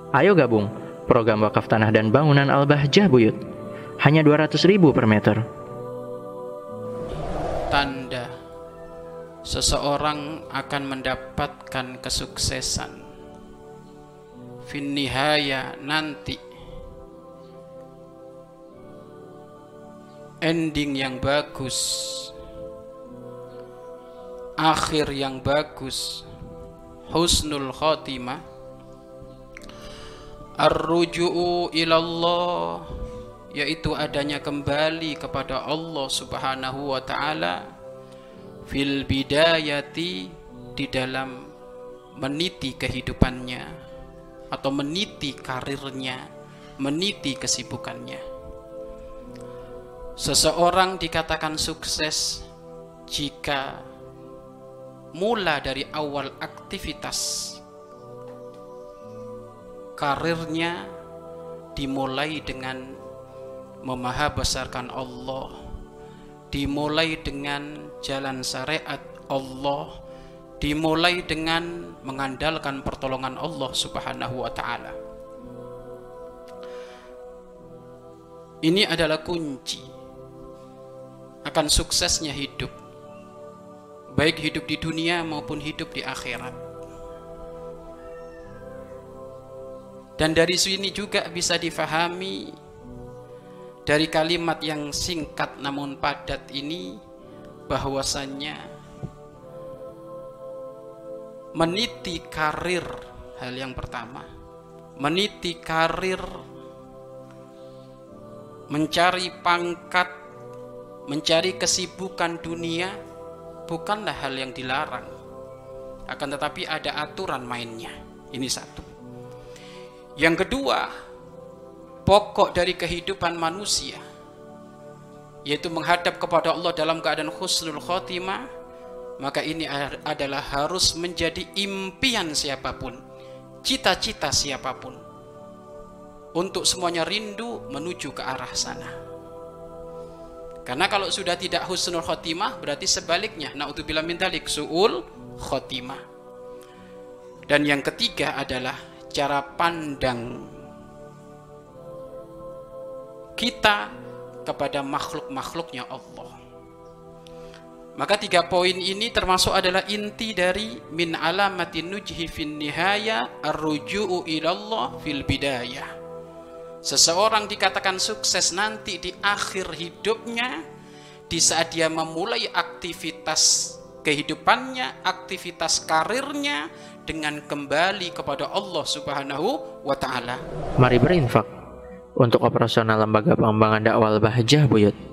Ayo gabung program wakaf tanah dan bangunan Al-Bahjah Buyut. Hanya 200.000 per meter. Tanda seseorang akan mendapatkan kesuksesan fin nihaya, nanti ending yang bagus, akhir yang bagus, husnul khotimah, ar-ruju'u ilallah, yaitu adanya kembali kepada Allah Subhanahu wa ta'ala, fil bidayati, di dalam meniti kehidupannya atau meniti karirnya, meniti kesibukannya. Seseorang dikatakan sukses jika mula dari awal aktivitas karirnya dimulai dengan memahabesarkan Allah, dimulai dengan jalan syariat Allah, dimulai dengan mengandalkan pertolongan Allah Subhanahu wa ta'ala. Ini adalah kunci akan suksesnya hidup, baik hidup di dunia maupun hidup di akhirat. Dan dari sini juga bisa difahami dari kalimat yang singkat namun padat ini, bahwasannya meniti karir, hal yang pertama, meniti karir, mencari pangkat, mencari kesibukan dunia bukanlah hal yang dilarang, akan tetapi ada aturan mainnya. Ini satu. Yang kedua, pokok dari kehidupan manusia, yaitu menghadap kepada Allah dalam keadaan husnul khotimah, maka ini adalah harus menjadi impian siapapun, cita-cita siapapun, untuk semuanya rindu menuju ke arah sana. Karena kalau sudah tidak husnul khotimah, berarti sebaliknya, na'udzubillah min dzalik, su'ul khotimah. Dan yang ketiga adalah cara pandang kita kepada makhluk-makhluknya Allah. Maka 3 poin ini termasuk adalah inti dari min alamatin nujhi fin nihaya ar-ruju'u ilallah fil bidayah. Seseorang dikatakan sukses nanti di akhir hidupnya, di saat dia memulai aktivitas kehidupannya, aktivitas karirnya dengan kembali kepada Allah Subhanahu wa ta'ala. Mari berinfak untuk operasional lembaga pengembangan dakwah Al-Bahjah Buyut.